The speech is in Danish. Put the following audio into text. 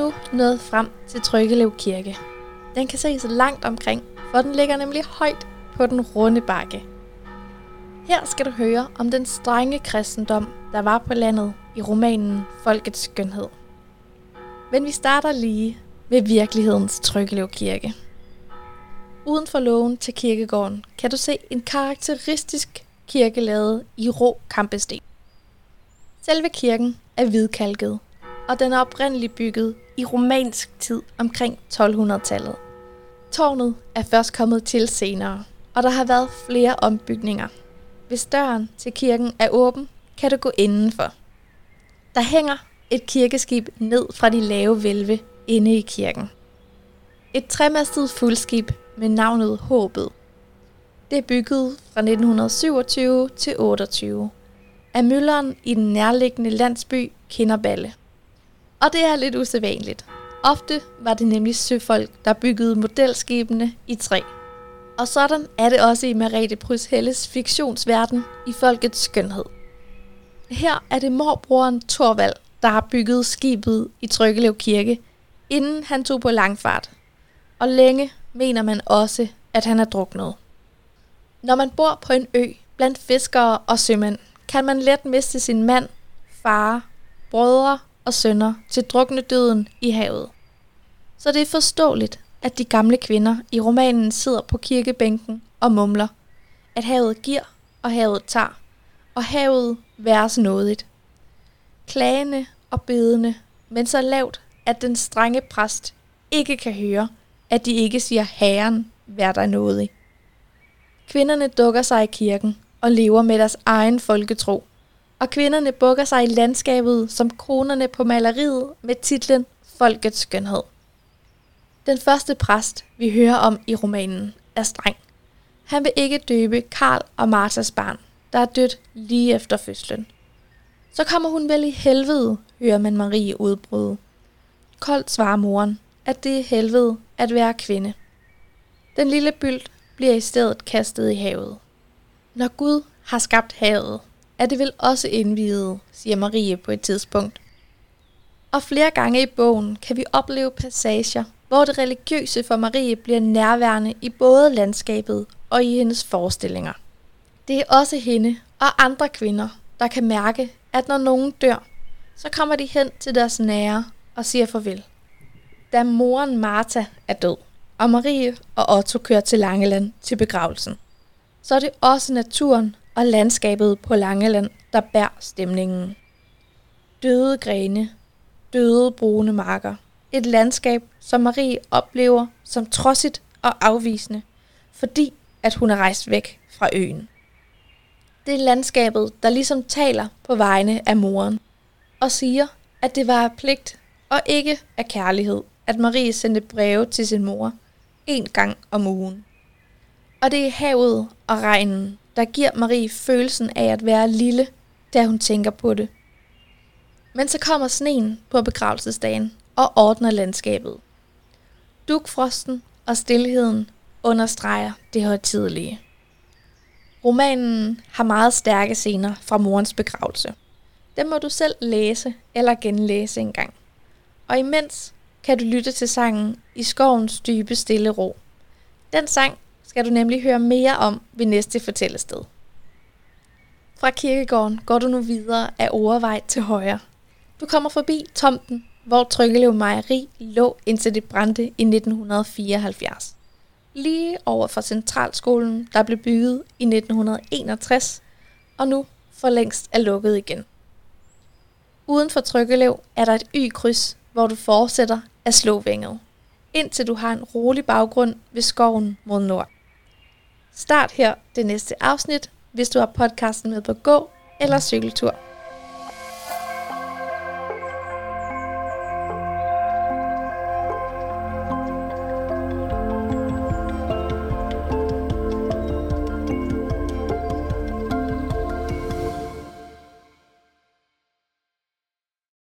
nu nået frem til Tryggelev Kirke. Den kan ses langt omkring, for den ligger nemlig højt på den runde bakke. Her skal du høre om den strenge kristendom, der var på landet i romanen Folkets Skønhed. Men vi starter lige ved virkelighedens Tryggelev Kirke. Uden for lågen til kirkegården kan du se en karakteristisk kirke lavet i rå kampesten. Selve kirken er hvidkalket, og den er oprindeligt bygget i romansk tid omkring 1200-tallet. Tårnet er først kommet til senere, og der har været flere ombygninger. Hvis døren til kirken er åben, kan du gå indenfor. Der hænger et kirkeskib ned fra de lave hvælve inde i kirken. Et tremastet fuldskib med navnet Håbet. Det er bygget fra 1927 til 28 af mølleren i den nærliggende landsby Kinderballe. Og det er lidt usædvanligt. Ofte var det nemlig søfolk, der byggede modelskibene i træ. Og sådan er det også i Merete Pryds Helles fiktionsverden i Folkets Skønhed. Her er det morbroren Thorvald, der har bygget skibet i Tryggelev Kirke, inden han tog på langfart. Og længe mener man også, at han er druknet. Når man bor på en ø blandt fiskere og sømænd, kan man let miste sin mand, far, brødre og sønner til druknedøden i havet. Så det er forståeligt, at de gamle kvinder i romanen sidder på kirkebænken og mumler, at havet giver og havet tager, og havet væres nådigt. Klagende og bedende, men så lavt, at den strenge præst ikke kan høre, at de ikke siger Herren, vær dig nådig. Kvinderne dukker sig i kirken og lever med deres egen folketro, og kvinderne bukker sig i landskabet som kronerne på maleriet med titlen Folkets Skønhed. Den første præst, vi hører om i romanen, er streng. Han vil ikke døbe Karl og Marthas barn, der er dødt lige efter fødslen. Så kommer hun vel i helvede, hører man Marie udbryde. Koldt svarer moren, at det er helvede at være kvinde. Den lille bylt bliver i stedet kastet i havet. Når Gud har skabt havet, er det vel også indviet, siger Marie på et tidspunkt. Og flere gange i bogen kan vi opleve passager, hvor det religiøse for Marie bliver nærværende i både landskabet og i hendes forestillinger. Det er også hende og andre kvinder, der kan mærke, at når nogen dør, så kommer de hen til deres nære og siger farvel. Da moren Martha er død, og Marie og Otto kører til Langeland til begravelsen, så er det også naturen og landskabet på Langeland, der bærer stemningen. Døde grene, døde brune marker. Et landskab, som Marie oplever som trodsigt og afvisende, fordi at hun er rejst væk fra øen. Det er landskabet, der ligesom taler på vegne af moren, og siger, at det var af pligt og ikke af kærlighed, at Marie sendte breve til sin mor 1 gang om ugen. Og det er havet og regnen, der giver Marie følelsen af at være lille, da hun tænker på det. Men så kommer sneen på begravelsesdagen og ordner landskabet. Dugfrosten og stilheden understreger det højtidelige. Romanen har meget stærke scener fra morens begravelse. Den må du selv læse eller genlæse en gang. Og imens kan du lytte til sangen I skovens dybe stille ro. Den sang skal du nemlig høre mere om ved næste fortællested. Fra kirkegården går du nu videre af Orevej til højre. Du kommer forbi tomten, hvor Tryggelev Mejeri lå indtil det brændte i 1974. Lige over for Centralskolen, der blev bygget i 1961, og nu for længst er lukket igen. Uden for Tryggelev er der et Y-kryds, hvor du fortsætter af Slåvænget, indtil du har en rolig baggrund ved skoven mod nord. Start her det næste afsnit, hvis du har podcasten med på gå- eller cykeltur.